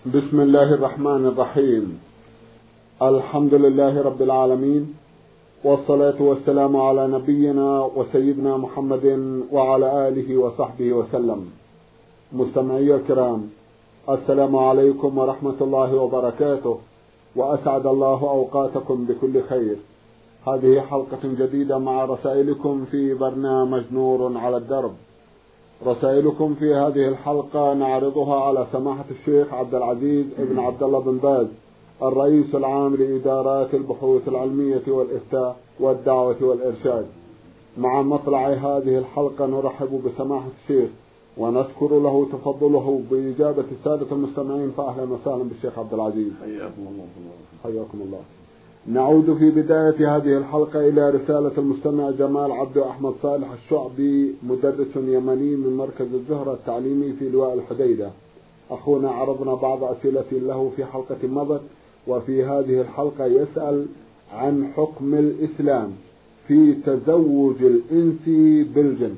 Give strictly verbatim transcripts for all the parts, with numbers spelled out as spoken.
بسم الله الرحمن الرحيم. الحمد لله رب العالمين، والصلاة والسلام على نبينا وسيدنا محمد وعلى آله وصحبه وسلم. مستمعي الكرام، السلام عليكم ورحمة الله وبركاته، وأسعد الله أوقاتكم بكل خير. هذه حلقة جديدة مع رسائلكم في برنامج نور على الدرب. رسائلكم في هذه الحلقة نعرضها على سماحة الشيخ عبد العزيز ابن عبد الله بن باز، الرئيس العام لإدارات البحوث العلمية والإفتاء والدعوة والإرشاد. مع مطلع هذه الحلقة نرحب بسماحة الشيخ ونذكر له تفضله بإجابة السادة المستمعين، فأهلا وسهلا بالشيخ عبد العزيز. حياكم الله. حياكم الله. نعود في بداية هذه الحلقة إلى رسالة المستمع جمال عبد أحمد صالح الشعبي، مدرس يمني من مركز الزهرة التعليمي في لواء الحديدة. أخونا عرضنا بعض أسئلة له في حلقة مضت، وفي هذه الحلقة يسأل عن حكم الإسلام في تزوج الإنس بالجن.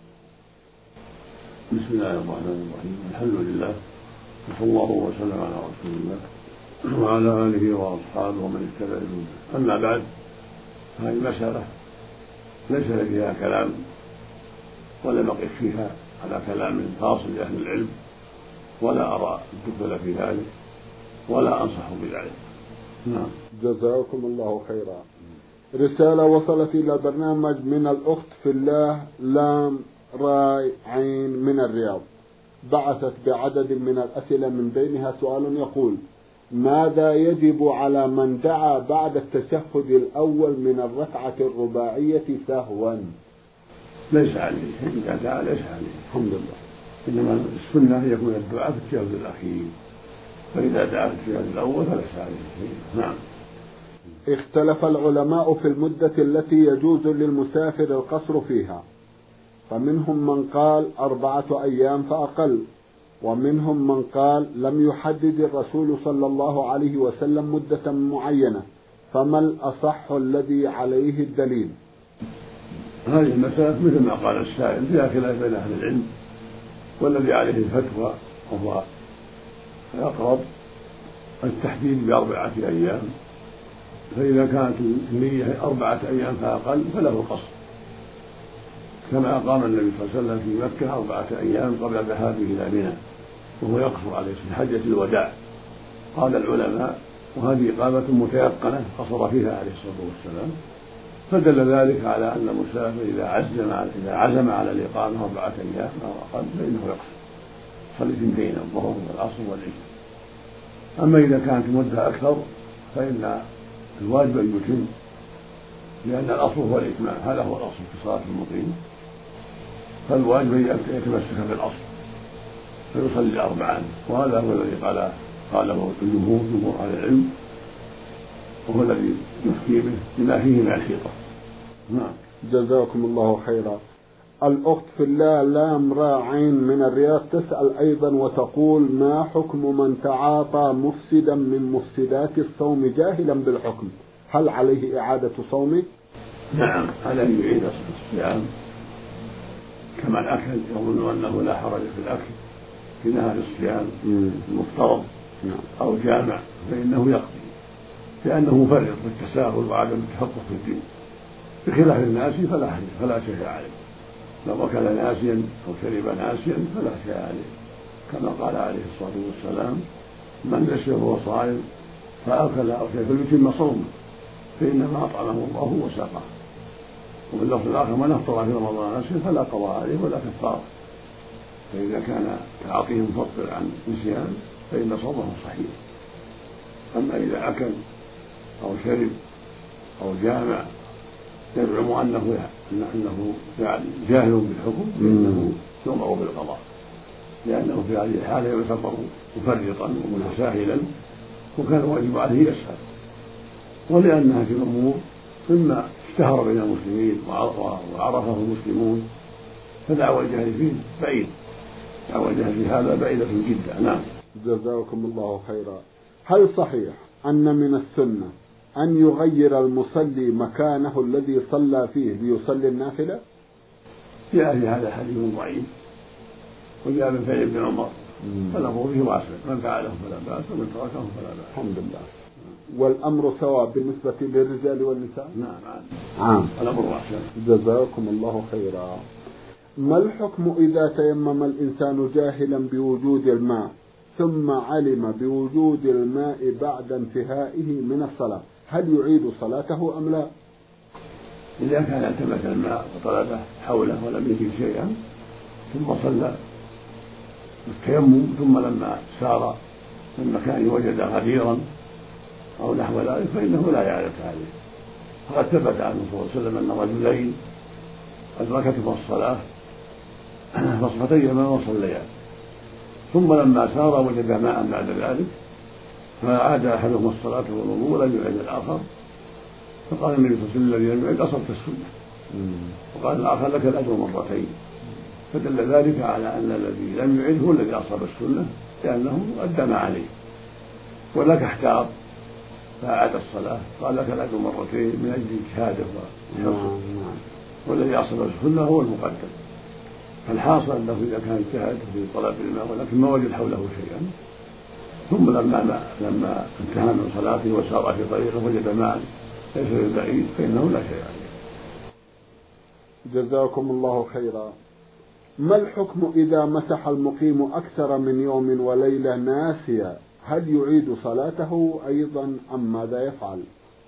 بسم الله الرحمن الرحيم. الحمد لله، وصلى الله وسلم على رسول الله وعلى آله وأصحابه ومن اهتدى بهداه. أما بعد، هذه المسألة ليس فيها كلام ولم أقف فيها على كلام فاصل لأهل العلم، ولا أرى الدخول في ذلك ولا أنصح بذلك. نعم. جزاكم الله خيرا. رسالة وصلت إلى البرنامج من الأخت في الله لام راي عين من الرياض، بعثت بعدد من الأسئلة، من بينها سؤال يقول: ماذا يجب على من دعا بعد التشهد الأول من الركعة الرباعية سهوا؟ ليس عليه شيء، إذا دعا ليس عليه، الحمد لله. إنما السنة أن يكون الدعاء في التشهد الأخير، فإذا دعا في التشهد الأول فليس عليه شيء. نعم. اختلف العلماء في المدة التي يجوز للمسافر القصر فيها، فمنهم من قال أربعة أيام فأقل، ومنهم من قال لم يحدد الرسول صلى الله عليه وسلم مدة معينة، فما الأصح الذي عليه الدليل؟ هذه المسألة مثل ما قال السائل فيها خلاف بين أهل العلم، والذي عليه الفتوى وهو الأقرب التحديد بأربعة أيام، فإذا كانت النية أربعة أيام فأقل فله القصر، كما أقام النبي صلى الله عليه وسلم في مكة أربعة أيام قبل ذهابه إلى منى وهو يقصر عليه في حجة الوداع. قال العلماء وهذه إقامة متيقنة قصر فيها عليه الصلاة والسلام، فدل ذلك على أن المسافر إذا عزم إذا عزم على الإقامة أربعة أيام أو أقل فإنه يقصر، يصلي اثنتين الظهر والعصر والعشاء. أما إذا كانت مدة أكثر فإن الواجب أن يتم، لأن الأصل هو الإتمام، هذا هو الأصل في صلاة المقيم، فالواجب أن يتمسك بالأصل فيصلي أربعا، وهذا هو الذي قال قاله الجمهور جمهور أهل العلم، وهو الذي يفتي به بما فيه من الحيطة. نعم. جزاكم الله خيرا. الأخت في الله لام را عين من الرياض تسأل أيضا وتقول: ما حكم من تعاطى مفسدا من مفسدات الصوم جاهلا بالحكم؟ هل عليه إعادة صومه؟ نعم، عليه أن يعيد الصيام، كما الأكل يظن أنه لا حرج في الأكل في نهار الصيام المفترض أو جامع، فإنه يقضي، لأنه مفرط في التساهل وعدم التفقه في الدين، بخلاف الناس فلا فلا شيء عليه، لو أكل ناسيا أو شرب ناسيا فلا شيء عليه، كما قال عليه الصلاة والسلام: من نسي وهو صائم فأكل أو شرب فليتم صومه فإنما أطعمه الله وسقاه. وفي اللفظ الآخر: من أفطر في رمضان ناسيا فلا قضاء عليه ولا كفارة. فإذا كان تعاطيه مفطر عن نسيان فإن صومه صحيح. أما إذا أكل أو شرب أو جامع يزعم أنه أنه جاهل بالحكم فإنه يؤمر بالقضاء، لأنه في هذه الحالة يعتبر مفرطا ومتساهلا، وكان واجب عليه يسهل، ولأن هذه الأمور مما اشتهر بين المسلمين وعرفه المسلمون، فدعوى الجهل فيه بعيد، دعوى الجهل في هذا بعيدة جدا. نعم. جزاكم الله خيرا. هل صحيح أن من السنة أن يغير المصلي مكانه الذي صلى فيه ليصلي النافلة؟ جاء في هذا حديث ضعيف، وجاء من فعل ابن عمر فالأمر به واسع، من فعله فلا بأس ومن تركه فلا بأس. الحمد لله. والأمر سواء بالنسبة للرجال والنساء؟ نعم عام. الأمر واسع. جزاكم الله خيرا. ما الحكم إذا تيمم الإنسان جاهلا بوجود الماء ثم علم بوجود الماء بعد انتهائه من الصلاة، هل يعيد صلاته أم لا؟ إذا كان التمس الماء وطلبه حوله ولم يجد شيئا ثم صلى التيمم، ثم لما سار من مكان وجد غديرا أو نحو ذلك فإنه لا يعرف عليه. فقد ثبت عنه صلى الله عليه وسلم أن رجلين أدركتهما الصلاة فاصفتيهما وصليا، ثم لما سار وجد ماء بعد ذلك فعاد أحدهما الصلاة والوضوء ولم يعد الآخر، فقال النبي صلى الله عليه وسلم الذي لم يعد أصبت السنة، وقال الآخر لك الأجر مرتين. فدل ذلك على أن الذي لم يعد هو الذي أصاب السنة لأنه أدى ما عليه، ولك احتاط فأعاد الصلاة قال لك الأجر مرتين من أجل اجتهاده وحرصه، والذي أصاب السنة هو المقدم. فالحاصل أنه إذا كان اجتهد في طلب الماء ولكن ما وجد حوله شيئا، ثم لما لما انتهى من صلاته وسار في طريقه وجد ماء ليس بالبعيد فإنه لا شيء عليه. جزاكم الله خيرا. ما الحكم إذا مسح المقيم أكثر من يوم وليلة ناسيا، هل يعيد صلاته أيضا أم ماذا يفعل؟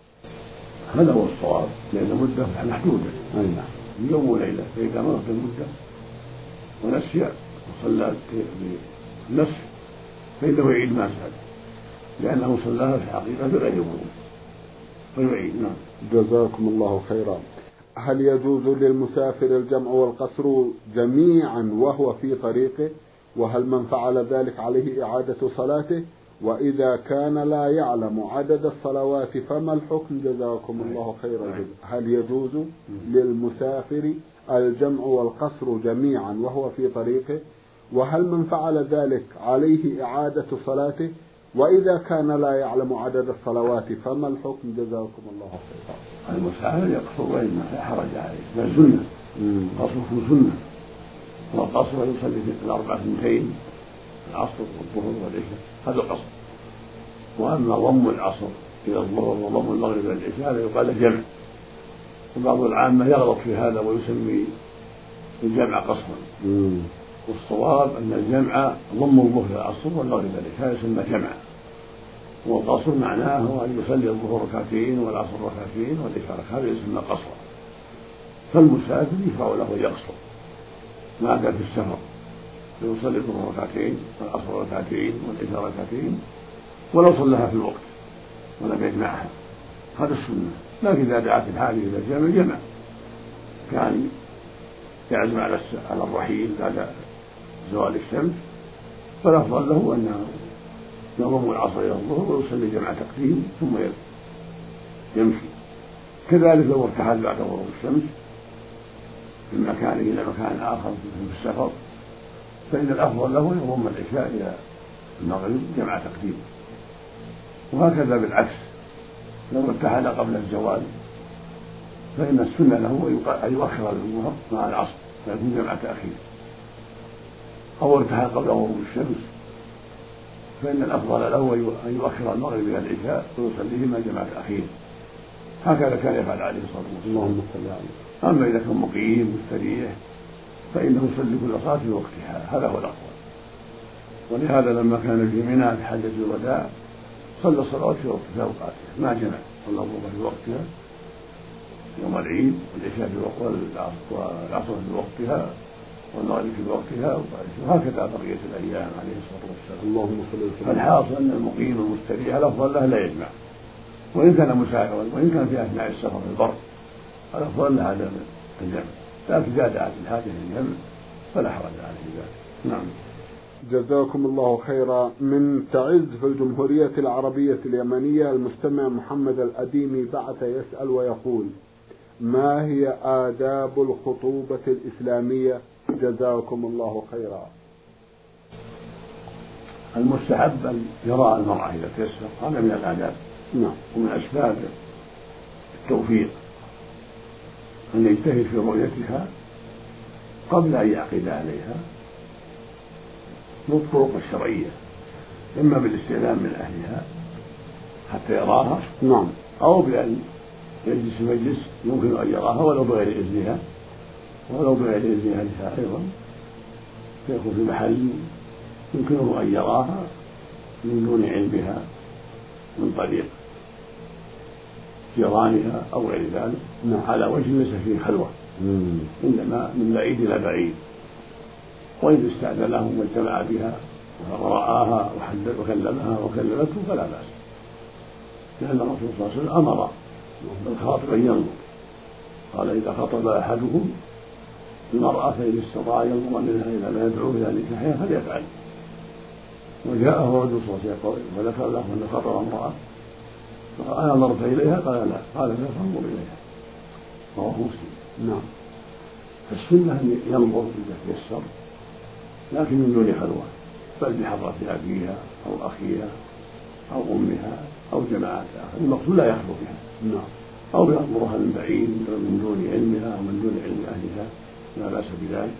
هذا هو الصواب، لأن المدة محدودة يوم وليلة، فإذا مرت المدة ونسي وصلى بالنسي فإنه يعيد ما سأل، لأنه صلاها في الحقيقة بغير وضوء فيعيد. نعم. جزاكم الله خيرا. هل يجوز للمسافر الجمع والقصر جميعا وهو في طريقه، وهل من فعل ذلك عليه إعادة صلاته؟ وإذا كان لا يعلم عدد الصلوات فما الحكم؟ جزاكم الله خيرا. هل يجوز للمسافر الجمع والقصر جميعا وهو في طريقه، وهل من فعل ذلك عليه إعادة صلاته؟ وإذا كان لا يعلم عدد الصلوات فما الحكم؟ جزاكم الله خيرا. المسافر يقصر وإن لا حرج عليه، بل سنة، قصره سنة، والقصر يصلي في الأربع اثنتين العصر والظهر والعشاء هذا القصر. وأما ضم العصر إلى الظهر وضم المغرب إلى العشاء هذا يقال جمع، وبعض العامة يغلط في هذا ويسمي الجمع قصرا، والصواب أن الجمع ضم الظهر إلى العصر والمغرب إلى العشاء يسمى جمع، والقصر معناه أن يصلي الظهر ركعتين والعصر ركعتين والعشاء ركعتين، هذا يسمى قصرا. فالمسافر يشرع له يقصر ما كان في السفر، فيصلي الظهر ركعتين والعصر ركعتين والعشاء ركعتين ولو صلىها في الوقت ولم يجمعها، هذا السنة. لكن إذا دعت الحاجة إلى الجمع جمع، كان يعزم على على الرحيل بعد زوال الشمس فالأفضل له أنه يضم العصر إلى الظهر ويصلي جمع تقديم ثم يمشي. كذلك لو ارتحل بعد غروب الشمس من مكانه إلى مكان آخر في السفر فإن الأفضل له يضم العشاء إلى المغرب جمع تقديم. وهكذا بالعكس لو ارتحل قبل الزوال فإن السنة له أن يؤخر الظهر مع العصر فيكون جمع تأخير، أو ارتحل قبل غروب الشمس فإن الأفضل له أن يؤخر المغرب إلى العشاء ويصليهما جمع تأخير. هكذا كان يفعل عليه الصلاة والسلام. أما إذا كان مقيم مستريح فإنه يصلي كل صلاة في وقتها، هذا هو الأفضل. ولهذا لما كان في منى في حجة الوداع صلى الصلوات في وقتها وقاتها ما جمع، صلى الظهر في وقتها يوم العيد والعشاء في وقتها والعصر في وقتها والمغرب في وقتها، وهكذا بقية الأيام عليه الصلاة والسلام. اللهم صل وسلم. الحاصل أن المقيم المستريح الأفضل له لا يجمع، وإن كان مسافرا وإن كان في أثناء السفر في البر الأفضل له عدم الجمع، لكن إذا دعت الحاجة للجمع فلا حرج عليه ذلك. نعم. جزاكم الله خيرا. من تعز في الجمهورية العربية اليمنية المستمع محمد الأديمي بعث يسأل ويقول: ما هي آداب الخطوبة الإسلامية؟ جزاكم الله خيرا. المستحب أن يرى المرأة إذا تيسر، هذا من الآداب. نعم. ومن أسباب التوفيق أن يجتهد في رؤيتها قبل أن يعقد عليها، بالطرق الشرعية، إما بالاستئذان من أهلها حتى يراها، نعم، أو بأن يجلس مجلس يمكن أن يراها ولو بغير إذنها، ولو بغير إذنها لها أيضا، فيكون في محل يمكنه أن يراها من دون علمها من طريق جيرانها أو غير ذلك، نعم، على وجه ليس فيه خلوة، إنما من بعيد إلى بعيد. وإن استأذنهم واجتمع بها ورآها وكلمها وكلمته فلا بأس، لأن الرسول صلى الله عليه وسلم أمر الخاطب أن ينظر، قال إذا خطب أحدكم المرأة فإن استطاع ينظر منها إلى ما يدعوه إلى نكاحها فليفعل. وجاءه رجل صلى الله عليه وسلم وذكر له أن خطب امرأة فقال أنا نظرت إليها؟ قال لا. قال لا فانظر إليها، رواه مسلم. نعم. فالسنة أن ينظر إذا تيسر، لكن من دون خلوة، بل بحضرة أبيها أو أخيها أو أمها أو جماعة آخر، المقصود لا يخلو بها. نعم. أو يأمرها من بعيد من دون علمها أو من دون علم أهلها، لا بأس بذلك،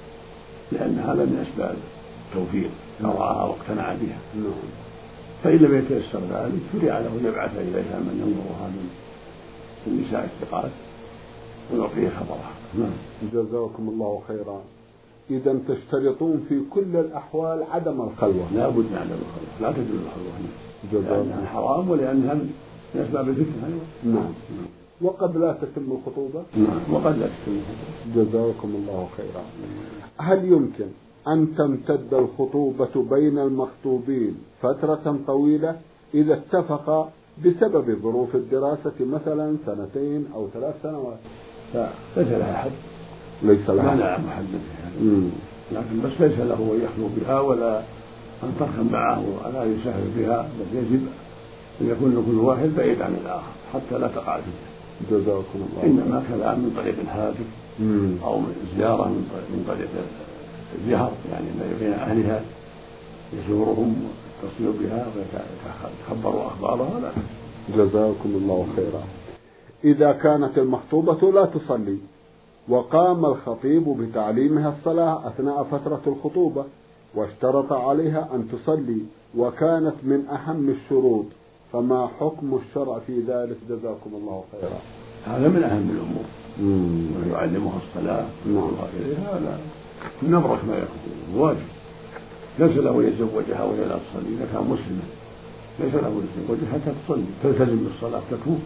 لأن هذا من أسباب التوفيق، رآها واقتنع بها. نعم. فإن لم يتيسر ذلك شرع له يبعث إليها من ينظرها من النساء الثقات ويعطيه خبرها. نعم. جزاكم الله خيرا. إذا تشترطون في كل الأحوال عدم الخلوة؟ لا بد من عدم الخلوة، لا تجوز الخلوة، لأنها حرام ولأنها من أسباب الفتنة. نعم. وقد لا تتم الخطوبة؟ نعم، وقد لا تتم الخطوبة. جزاكم الله خيرا. هل يمكن أن تمتد الخطوبة بين المخطوبين فترة طويلة إذا اتفق بسبب ظروف الدراسة مثلا سنتين أو ثلاث سنوات؟ ليس لها حد، ليس لها لا محدد يعني. لكن بس ليس له أن يخلو بها ولا أن ترخم معه ولا يسهل بها، بل يجب أن يكون كل واحد بعيد عن الآخر حتى لا تقع فتنة. جزاكم الله. إنما كلام من طريق الهاتف أو من زيارة من طريق الجهر، يعني بين أهلها يزورهم ويتصل بها ويتخبروا أخبارها، لا. جزاكم الله خيرا. إذا كانت المخطوبة لا تصلي وقام الخطيب بتعليمها الصلاة أثناء فترة الخطوبة واشترط عليها أن تصلي وكانت من أهم الشروط، فما حكم الشرع في ذلك؟ جزاكم الله خيرا. هذا من أهم الأمور، ويعلمها الصلاة وغيرها، هذا من أبرك ما يكون، واجب. ليس له يتزوجها وهي لا تصلي، إذا كان مسلما ليس له يتزوجها حتى تصلي، تلتزم بالصلاة تكون،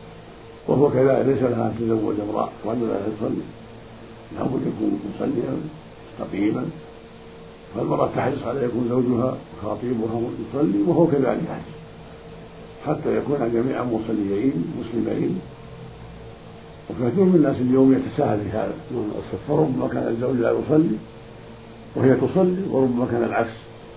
وهو كذلك ليس لها أن تتزوج امرأة رجل لا يصلي، لابد يكون مصليا مستقيما، فالمرأة تحرص على يكون زوجها خاطبها يصلي وهو كذلك يحرص، حتى يكون جميعا مصليين مسلمين. وكثير من الناس اليوم يتساهل في هذا، فربما كان الزوج لا يصلي وهي تصلي، وربما كان العكس،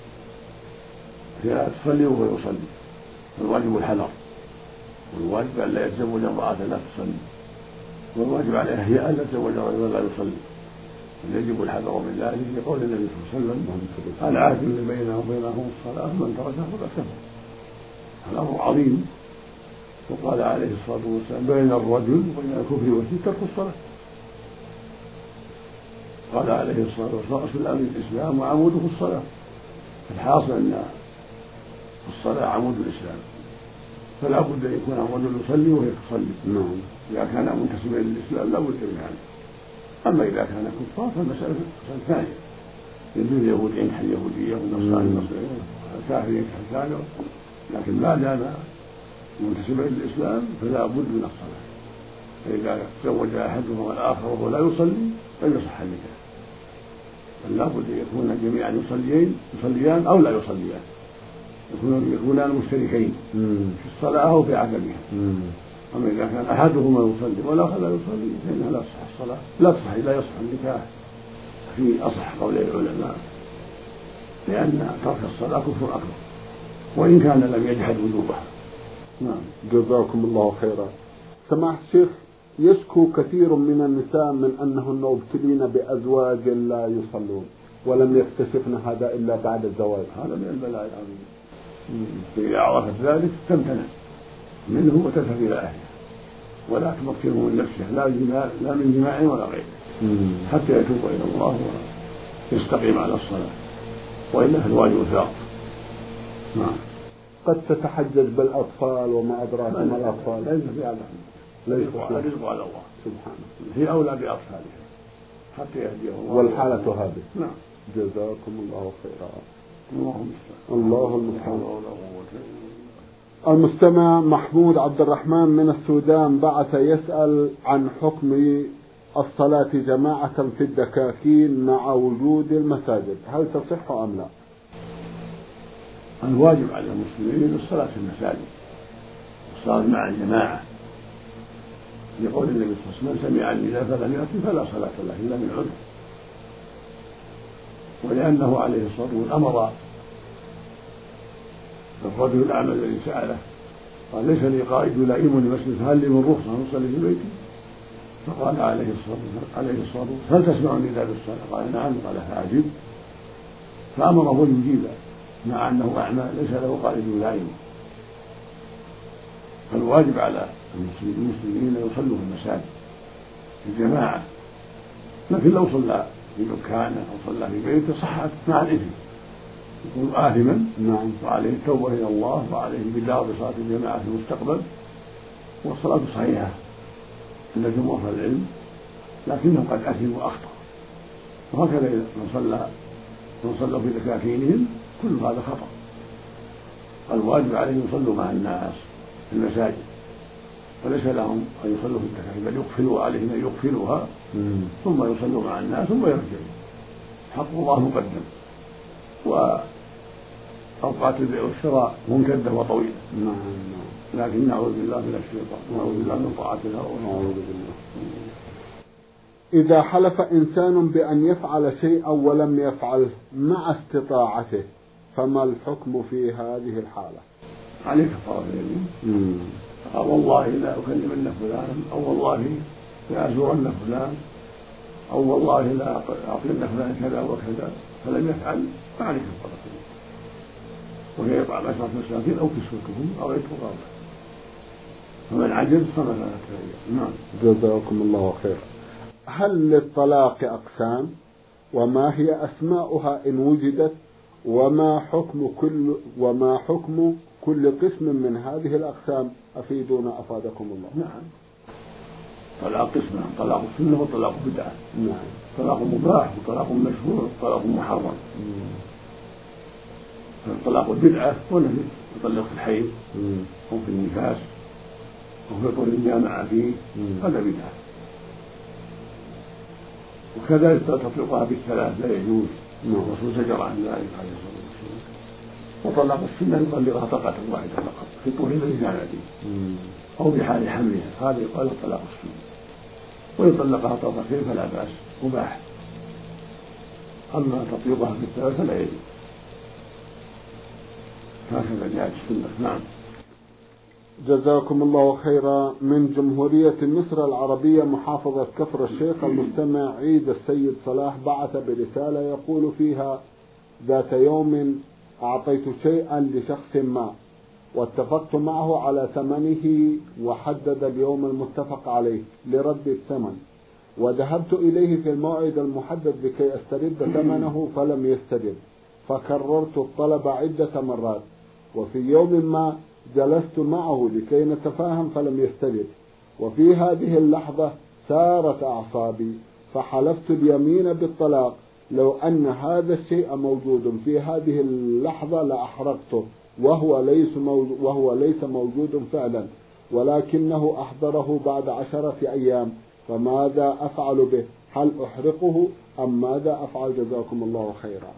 هي لا تصلي وهو يصلي، فالواجب الحذر، والواجب أن لا يتزوج امرأة لا تصلي، والواجب عليها هي أن لا تتزوج رجلا لا يصلي، يجب الحذر من ذلك لقول النبي صلى الله عليه وسلم العهد الذي بيننا وبينهم الصلاة من تركها فقد كفر. هذا أمر عظيم. وقال عليه الصلاة والسلام بين الرجل وبين الكفر والشرك ترك الصلاة. قال عليه الصلاة والسلام أصل الأمر الإسلام وعموده الصلاة. الحاصل أن الصلاة عمود الإسلام، فلا بد أن يكون الرجل يصلي وهي تصلي. نعم. إذا كان منتسبا للإسلام لا بد من ذلك. أما إذا كان كفار فالمسألة ثانية، يجوز اليهود ينكح اليهودية والنصارى النصرانية والكافر ينكح الكافر، لكن ما دام منتسبا للإسلام فلا بد من الصلاة. فإذا تزوج أحدهما والآخر وهو لا يصلي لم يصح النكاح، بل لا بد أن يكون جميعا يصليين يصليان أو لا يصليان، يكونان مشتركين في الصلاة أو في عدمها. أما إذا كان أحدهما يصلي والآخر لا يصلي فإنها لا تصح الصلاة، لا تصح لا يصح النكاح في أصح قولي العلماء، لأن ترك الصلاة كفر أكبر وإن كان لم يجحد وجوبها. نعم. جزاكم الله خيرا. سماحة الشيخ، يشكو كثير من النساء من أنهن ابتلين بأزواج لا يصلون ولم يكتشفن هذا إلا بعد الزواج. هذا من البلاء العظيم. فإذا عرفت ذلك تمتنع منه وتذهب إلى أهلها ولا تمكنه من نفسها لا لا من جماع ولا غيره، حتى يتوب إلى الله ويستقيم على الصلاة. وإلا فالواجب ثاق. نعم. قد تتحجج بالأطفال وما أدراك ما الأطفال. ليس في هذا، ليس الرزق على الله سبحانه، هي أولى بأطفالها حتى يهديهم. والحالة هذه. نعم. جزاكم الله خيرا. اللهم الله المستعان. المستمع محمود عبد الرحمن من السودان بعث يسأل عن حكم الصلاة جماعة في الدكاكين مع وجود المساجد، هل تصح أم لا؟ الواجب على المسلمين الصلاة في المساجد، الصلاة مع الجماعة، لقول النبي صلى الله عليه وسلم: سمع النداء فلم يأتي فلا صلاة له إلا من عذر. ولأنه عليه الصلاة والسلام أمر الرجل الأعمى الذي سأله قال: ليس لي قائد يلائمني مسجد، هل لي من رخصة أن أصلي في بيتي؟ فقال عليه الصلاة والسلام: هل تسمع النداء بالصلاة؟ قال: نعم. قال: فأجب. فأمره أن يجيب مع أنه أعمى ليس له قائد يلائمه. فالواجب على المسلمين أن يصلوا في المساجد في الجماعة، لكن لو صلى في مكانه أو صلى في بيته صحت مع الإثم، يكون آثما. نعم. وعليه التوبة إلى الله، وعليه البداية بصلاة الجماعة في المستقبل، والصلاة صحيحة عند جمهور أهل العلم، لكنهم قد أثموا وأخطأوا. وهكذا من صلى من صلوا في دكاكينهم كل هذا خطأ. الواجب عليهم يصلوا مع الناس في المساجد، وليس لهم أن يصلوا في الدكاكين، بل يقفلوا عليهم أن يقفلوها ثم يصلوا مع الناس ثم يرجعوا. حق الله مقدم، وأوقات البيع والشراء ممتدة وطويلة. نعم. لكن نعوذ بالله من الشيطان، نعوذ بالله من طاعة الهوى. نعوذ بالله. إذا حلف إنسان بأن يفعل شيئا ولم يفعله مع استطاعته فما الحكم في هذه الحالة؟ عليه كفارة اليمين. قال: والله لا أكلمن فلان، أو والله لا أزورن فلان، أو والله لا أعطين فلان كذا وكذا، فلم يفعل فعليه كفارة اليمين، وهي يطعم عشرة مساكين أو كسوتهم أو يترك رقبة، فمن عجز صام ثلاثة أيام. نعم. جزاكم الله خيرا. هل للطلاق أقسام؟ وما هي أسماؤها إن وجدت؟ وما حكم كل وما حكم كل قسم من هذه الأقسام؟ أفيدونا أفادكم الله. نعم. طلاق قسمان: طلاق السنة وطلاق بدعة. نعم. طلاق مباح وطلاق مشروع وطلاق محرم. طلاق البدعة هو الذي يطلق في الحيض أو في النفاس أو في طول الجامعة فيه، هذا بدعة. وكذلك تطلقها بالثلاث لا يجوز، الرسول زجر عن ذلك عليه الصلاة والسلام. وطلاق السنة يطلقها طلقة واحدة فقط في طول الذي كان فيه أو بحال حملها، هذا يقال طلاق السنة. ويطلقها طلقتين فلا بأس، مباح. أما تطلقها بالثلاث فلا يجوز، هكذا جاءت السنة. نعم. جزاكم الله خيرا. من جمهورية مصر العربية محافظة كفر الشيخ المستمع عيد السيد صلاح بعث برسالة يقول فيها: ذات يوم أعطيت شيئا لشخص ما واتفقت معه على ثمنه وحدد اليوم المتفق عليه لرد الثمن، وذهبت إليه في الموعد المحدد لكي أسترد ثمنه فلم يسترد، فكررت الطلب عدة مرات، وفي يوم ما جلست معه لكي نتفاهم فلم يسترد، وفي هذه اللحظة سارت أعصابي فحلفت اليمين بالطلاق، لو أن هذا الشيء موجود في هذه اللحظة لأحرقته، وهو ليس موجود وهو ليس موجود فعلا، ولكنه أحضره بعد عشرة أيام، فماذا أفعل به؟ هل أحرقه أم ماذا أفعل؟ جزاكم الله خيرا.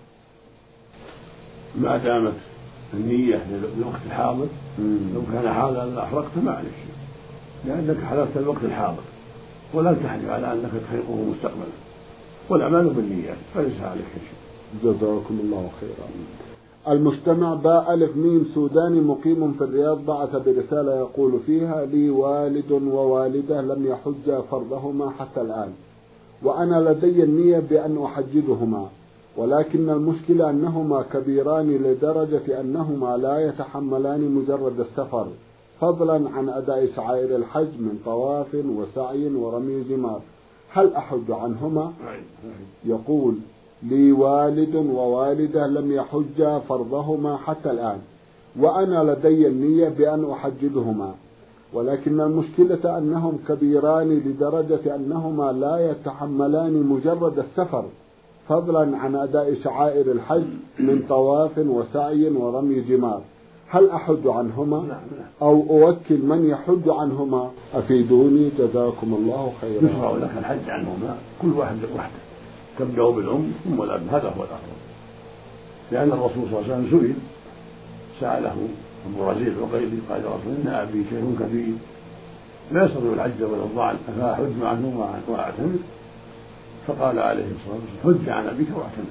ما دامت النية للوقت الحاضر، لو كان حاضرا لأحرقته ما عليك شيء، لأنك حلفت الوقت الحاضر، ولا تحلف على أنك تحرقه مستقبلا، والأعمال بالنيات فليس عليك شيء. جزاكم الله خيرا. المستمع باء ألف ميم سوداني مقيم في الرياض بعث برسالة يقول فيها: لي والد ووالدة لم يحجا فرضهما حتى الآن، وأنا لدي النية بأن أحججهما، ولكن المشكلة أنهما كبيران لدرجة أنهما لا يتحملان مجرد السفر، فضلا عن أداء شعائر الحج من طواف وسعي ورمي جمار، هل أحج عنهما؟ يقول: لي والد ووالدة لم يحجا فرضهما حتى الآن، وأنا لدي النية بأن أحججهما، ولكن المشكلة أنهم كبيران لدرجة أنهما لا يتحملان مجرد السفر فضلا عن أداء شعائر الحج من طواف وسعي ورمي جمار. هل أحج عنهما أو أوكل من يحج عنهما؟ أفيدوني جزاكم الله خيرا. يشرع لك الحج عنهما كل واحد وحده، تبدأ بالأم ثم الأب، هذا هو الأفضل، لأن الرسول صلى الله عليه وسلم سئل سأله أبو رزيق وغيره قال يا رسول إن أبي شيخ كبير لا يستطيع الحج ولا الضعن أفأحج عنه وأعتمر؟ فقال عليه الصلاة والسلام حج عن أبيك واعتمر.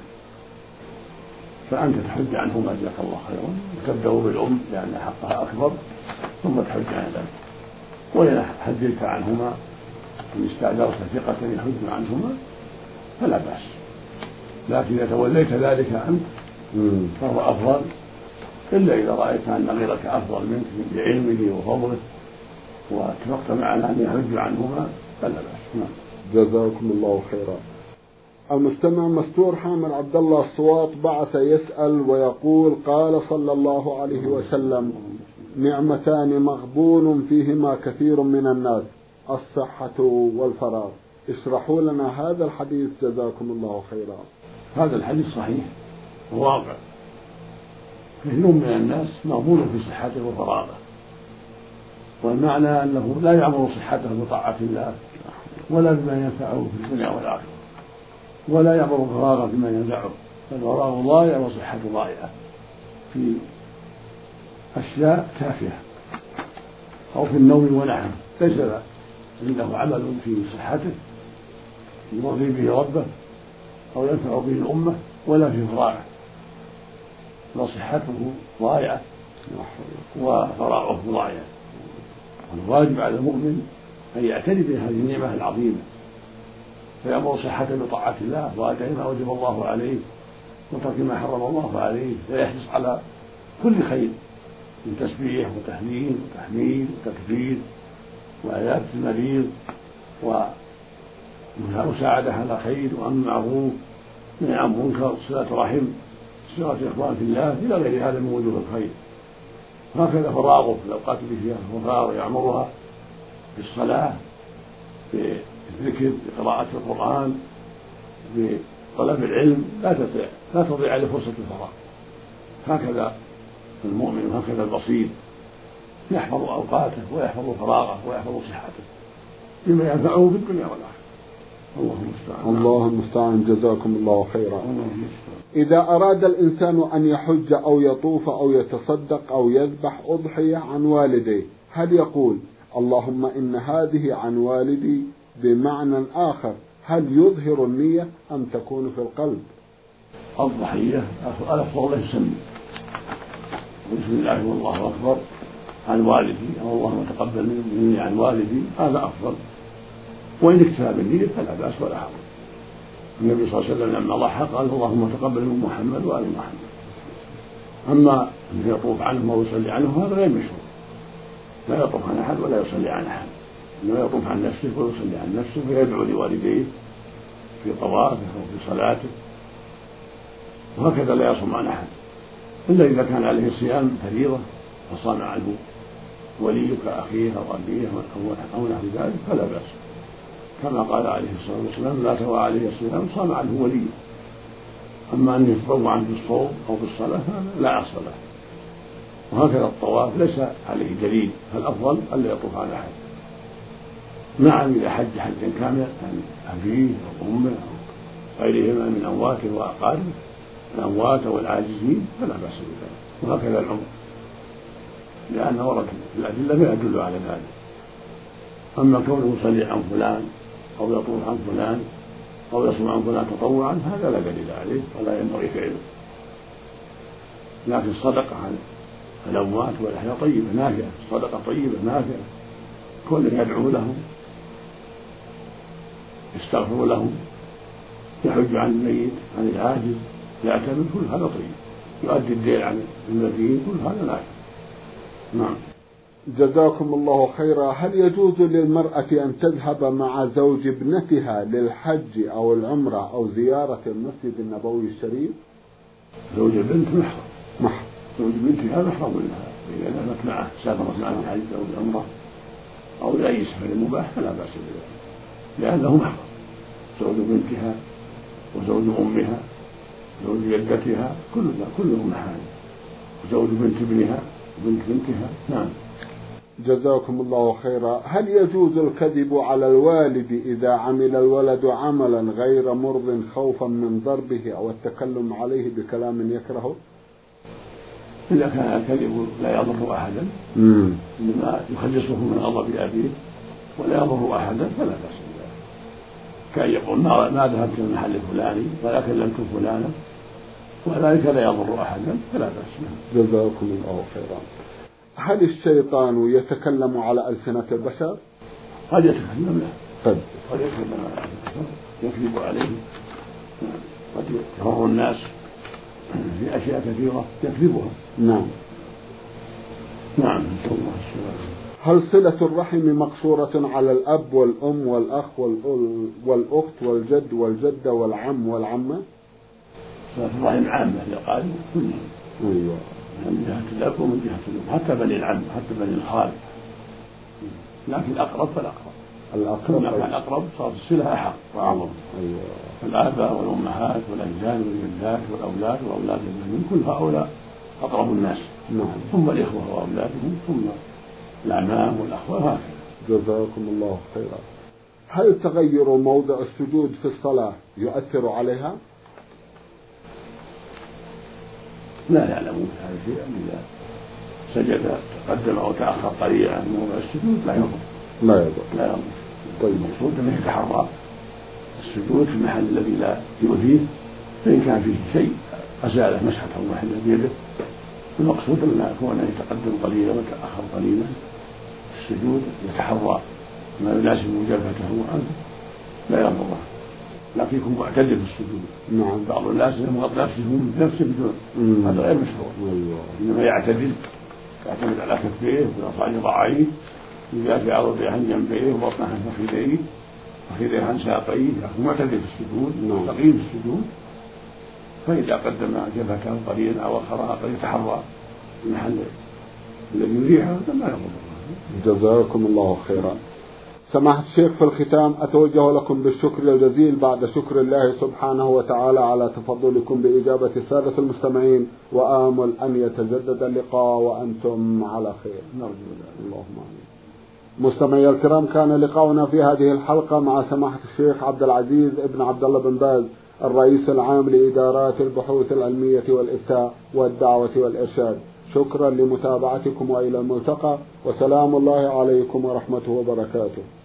فأنت تحج عنهما جزاك الله خيرا، وتبدأ بالأم لأن حقها أكبر، ثم تحج عن الأب. وإذا حججت عنهما إن استأجرت ثقة يحج عنهما فلا بأس، لكن إذا توليت ذلك أنت فهو أفضل، إلا إذا رأيت أن غيرك أفضل منك بعلمه وفضله واتفقت معنا أن يحج عنهما فلا بأس. نعم. جزاكم الله خيرا. المستمع مستور حامد عبد الله الصوات بعث يسأل ويقول قال صلى الله عليه وسلم نعمتان مغبون فيهما كثير من الناس الصحة والفراغ. اشرحوا لنا هذا الحديث جزاكم الله خيرا. هذا الحديث صحيح وواقع، كثير من الناس مغبون في صحته وفراغه، والمعنى أنه لا يعمر صحته بطاعة الله ولا بما ينفعه في الدنيا والآخرة، ولا يعمر فراغه بما ينفعه، فالفراغ ضائع وصحته ضائعة في أشياء تافهة أو في النوم ونحوه، ليس عنده عمل في صحته يرضي به ربه أو ينفع به الأمة ولا في فراغه، فصحته ضائعة وفراغه ضائع. والواجب على المؤمن أن يعتني بهذه النعمة العظيمة فيأمر صحته بطاعة الله وأداء ما وجب الله عليه وترك ما حرم الله عليه، ويحرص على كل خير من تسبيح وتهليل وتحميد وتكبير وعيادة المريض ومساعدة على خير وأمر معروف نهي عن منكر صلة رحم صلة إخوان في الله إلى غير هذا من وجوه الخير. هكذا فراغه في الأوقات التي فيها وفراغ يعمرها بالصلاة بالذكر بقراءة القرآن بطلب العلم، لا تضيع لا تضيع عليه فرصة الفراغ. هكذا المؤمن وهكذا البصير يحفظ أوقاته ويحفظ فراغه ويحفظ صحته بما ينفعه في الدنيا والآخرة. الله المستعان. الله المستعان. جزاكم الله خيرا. إذا أراد الإنسان أن يحج أو يطوف أو يتصدق أو يذبح أضحية عن والديه، هل يقول اللهم إن هذه عن والدي بمعنى آخر، هل يظهر النية أم تكون في القلب؟ الضحية الأفضل لا يسمي بسم الله والله أكبر عن والدي أو اللهم تقبل مني عن والدي، هذا أفضل، وإن اكتفى بالنية فلا بأس ولا حرج. النبي صلى الله عليه وسلم لما ضحى قال اللهم تقبل من محمد وآل محمد. أما أن يطوف عنهم أو يصلي عنهم هذا غير مشروع، لا يطوف عن أحد ولا يصلي عن أحد، إنما يطوف عن نفسه ويصلي عن نفسه ويدعو لوالديه في طوافه أو في صلاته، وهكذا لا يصوم عن أحد إلا إذا كان عليه صيام فريضة فصام عنه ولي كأخيه أو أبيه أو نحو ذلك فلا بأس، كما قال عليه الصلاة والسلام لا توا عليه الصيام صام عنه ولي. أما أن يتطوع عنه بالصوم أو بالصلاة هذا لا أصل له. وهكذا الطواف ليس عليه دليل، فالأفضل ألا يطوف عن أحد. نعم إذا حج حجا كاملا عن أبيه أو أمه أو غيرهما من أمواته وأقاربه الأموات والعاجزين فلا بأس بذلك، وهكذا العمر لأن ورد في الأدلة ما يدل على ذلك. أما كونه يصلي عن فلان أو يطوف عن فلان أو يصوم عن فلان تطوعا هذا لا دليل عليه ولا ينبغي فعله، لكن الصدقة عن الأموات والأحياء طيبة نافعة، الصدقة طيبة نافعة، كل يدعو لهم يستغفر لهم يحج عن الميت عن العاجز يعتمد، كل هذا طيب، يؤدي الدين عن المدين، كل هذا نافع. نعم. جزاكم الله خيرا. هل يجوز للمرأة أن تذهب مع زوج ابنتها للحج أو العمرة أو زيارة المسجد النبوي الشريف؟ زوج البنت محرم. محرم. زوج بنتها محرم لها، إذا ذهبت معه سافرت معه الحج أو العمرة أو لأي سفر مباح فلا بأس بذلك، لأنه محرم. زوج بنتها وزوج أمها زوج جدتها كلهم محارم، وزوج بنت ابنها وبنت بنتها. نعم. جزاكم الله خيرا. هل يجوز الكذب على الوالد إذا عمل الولد عملا غير مرض خوفا من ضربه أو التكلم عليه بكلام يكرهه؟ إذا كان الكذب لا يضر أحدا إنما يخلصه من غضب أبيه ولا يضر أحدا فلا بأس بذلك، كأن يقول ما ذهبت من المحل الفلاني ولا كلمت فلانا وذلك لا يضر أحدا فلا بأس. جزاكم الله خيرا. هل الشيطان يتكلم على ألسنة البشر؟ قد يتكلم له، قد قد يتكلم على البشر يكذب عليه، قد يغر الناس في أشياء كثيرة يكذبها. نعم. نعم. نسأل الله السلامة. هل صلة الرحم مقصورة على الأب والأم والأخ والأخت والجد والجدة والعم والعمة؟ صلة الرحم عامة للقارئ كلهم. أيوة. من جهة الأب ومن جهة الأم، حتى بني العم حتى بني الخال، لكن الأقرب فالأقرب. الأقرب كما كان الأقرب صارت الصلة أحق وأعظم. أيوة. الآباء والأمهات والأجداد والجدات والأولاد وأولاد البنين كل هؤلاء أقرب الناس. نعم. ثم الإخوة وأولادهم ثم الأعمام والأخوة هكذا. جزاكم الله خيرا. هل تغير موضع السجود في الصلاة يؤثر عليها؟ لا يعلمون هذا شيئا، إذا سجد تقدم أو تأخر قليلا عن موضع السجود لا يضر. لا يضر. لا يضر. طيب. المقصود أنه يتحرى السجود في المحل الذي لا يؤذيه، فإن كان فيه شيء أزاله مسحته المحل بيده. المقصود أن كونه يتقدم قليلا ويتأخر قليلا في السجود يتحرى ما يناسب جبهته وعنه لا يضره، لكن يكون معتدل في السجود. نعم. بعض الناس يضغط نفسه بنفسه بدون، هذا غير مشروع. أيوة. إنما يعتدل، يعتمد على كفيه ويرفع ذراعيه، يجافي عضده عن جنبيه وبطنه عن فخذيه وفخذيه عن ساقيه، يكون معتدل في السجود مستقيم في السجود. فإذا قدم جبهته قليلا أو أخرها قد يتحرى المحل الذي يريحه فما يضره. جزاكم الله خيرا. سماحة الشيخ، في الختام أتوجه لكم بالشكر الجزيل بعد شكر الله سبحانه وتعالى على تفضلكم بإجابة السادة المستمعين، وآمل أن يتجدد اللقاء وأنتم على خير. نرجو ذلك. اللهم آمين. مستمعي الكرام، كان لقاؤنا في هذه الحلقة مع سماحة الشيخ عبد العزيز ابن عبد الله بن باز، الرئيس العام لإدارات البحوث العلمية والإفتاء والدعوة والإرشاد. شكرا لمتابعتكم وإلى الملتقى، وسلام الله عليكم ورحمته وبركاته.